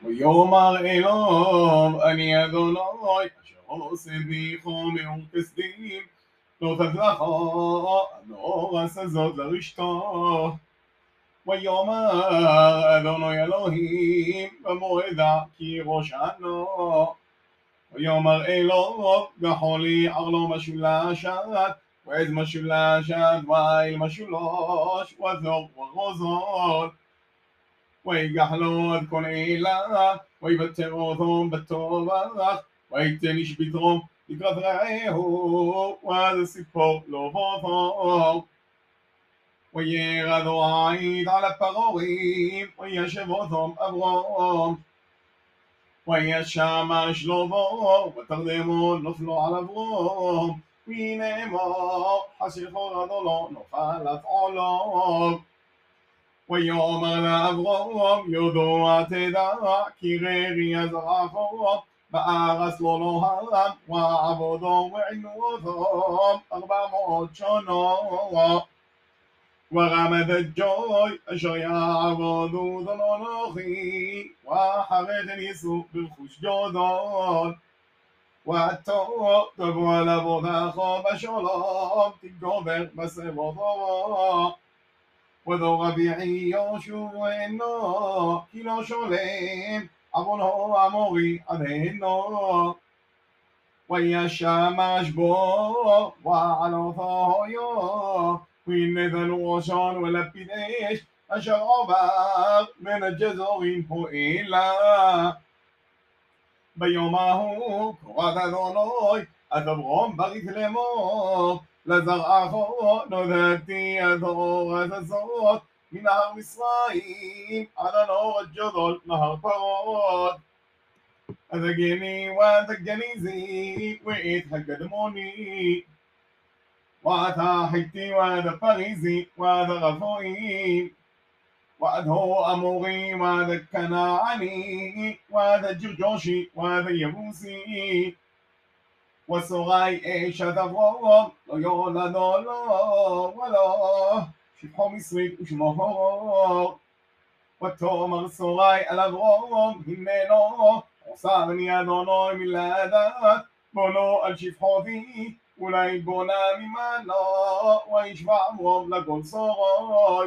ויאמר אלוהים אני אדוני אשר עושה בי חומר וכסדים לא תצלחו לא עשה זאת לרשתו. ויאמר אדוני אלוהים במועדה כי ראשנו. ויאמר אלוהים גחולי ערלו משולשת ועז משולשת ואיל משולש וזור ורוזות ויגח לו עד כל אלה ויבטר אותם בטובח ויתן איש בתרום לקראת רעהו ואז ציפור לא בוטו וירד העיד על הפרורים וישב אותם אברום וישמש לו ותרדמו נפלו על אברום ונאמר חשיכו רדו נפל את עולו. ויאמר לאברום יודו תדע כי ררי יזרעו בארץ לא נוהם ועבודו ועינו אותם 400 שנה ורמד הג'וי אשר יעבודו דונונוכי ואחרי כן יישאו ברכוש גדול ועתו תבוא על עבודך בשלום תגובר בסבבו ודור רביעי יהושע אינו כי לא שולם עוונו המורי עדנו וישמש בו ועלותו היו ונתנו ראשון ולפיד אש אשר עובר בין הג'זורים פועלה. ביום ההוא קראת אדוני את אברום ברית לאמור לזרעך נודעתי את האורץ הזאת מנהר מצרים עד הנהר הגדול נהר פרות הדגני והדגניזי ואת הקדמוני ועד החיתי ועד הפריזי ועד הרפואי ועד האמורי ועד הכנעני ועד הג'רג'ושי ועד היבוסי וסורי אשת אברום לא יולדו לו ולא שפחו מסרית ושמו הור ותאמר סורי על אברום הננו עושה בני אדוני מלדת בונו על שפחותי אולי בונה ממנו וישבע אברום לגול סורי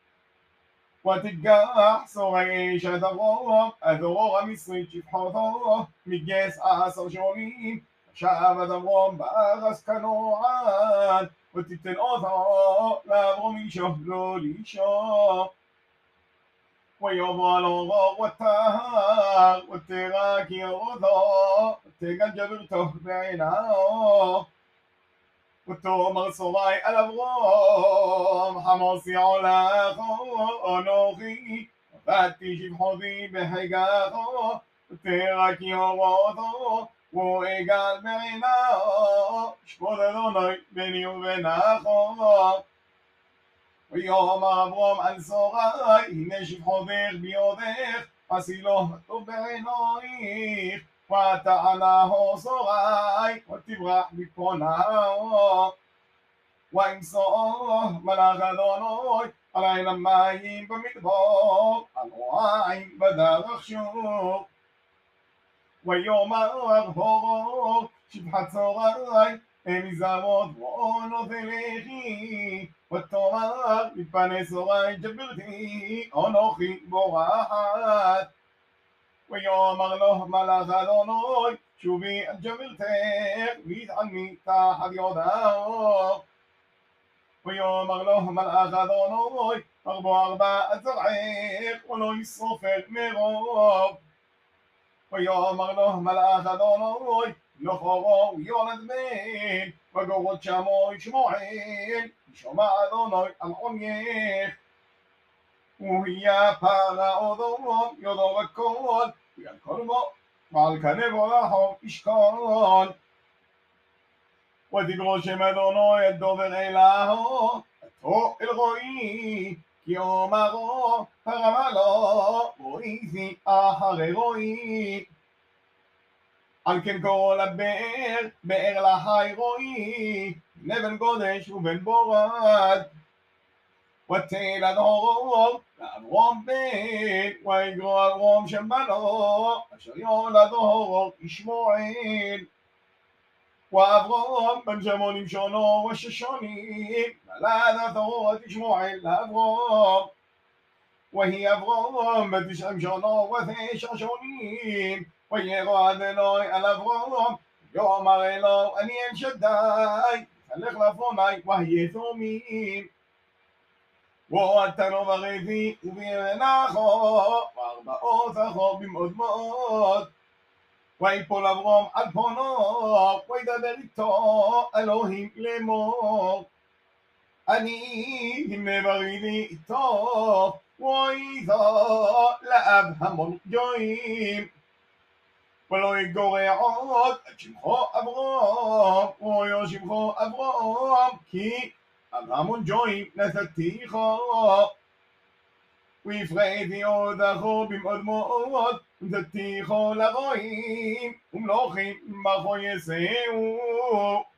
ותיקח סורי אשת אברום את אורור המסרית שפחותו מגייס 10 שנים שב את אברום בארץ כנען ותיתן אותו לאברום אישו לא לאישו ויבוא על אורור וטהר ותרק ירודו ותגל גברתו בעיניו ותאמר סורי על אברום חמוס יעולך אנוכי עבדתי שפחותי בחגךו ותרק ירודו ואגל בעיניו שפוט אדוני ביני ובינךו. ויאמר אברום על סורי הנה שפחותך ביודך עשי לו הטוב בעינייך ותענהו סורי ותברח בקרונהו וימסור מלאך אדוני על עין המים במדבר על מים בדרך שור ויאמר הורו שפחת סורי מזרות ועונות אלכי ותאמר מפני סורי ג'ברתי אנוכי בורחת ויאמר לו מלאך אדוני שובי על ג'ברתך והתעלמי תחת ידו ויאמר לו מלאך אדוני הרבו 4 זרעך ולא ישרופך מרוב ויאמר לו מלאך אדוני לכבו יולד בן וגורד שמו שמואל ישמע אדוני על עונייך והיה פרעה אדום יודו בכל ועל קרבו ועל כנבו רחוב ישכון ותקרא שם אדוני את דובר אלוהו אתו אל רועי כי אומרו הרמה לו רואי אחרי רועי על כן קורא לבאר באר לחי רועי לבן גודש ובן בורד ותל הדור לאברום בן, ויגרע אברום שם בנו, אשר יולדו ישמעאל. ואברום בן 80 שונו וששונים, ולדתו את ישמעאל לאברום. ויהי אברום בן 90 שונו ותשע שונים, וירד אלוהי על אברום, ויאמר אלוהו אני אל שדי, תלך לפוני והיה תומים. ועתנו ברביעי ובימנחו, וארבעות אחו במאוד, ויפול אברום על פונו, וידבר איתו אלוהים לאמור, אני הנה ברידי איתו, ואיתו לאב המון גויים. ולא יגורע עוד את שמחו אברום, ויהיה שמחו אברום, כי על המון גויים נתתיכו. והפרעתי אותךו במאוד, ונתתיכו לגויים, ומלוכים בכו יסעו.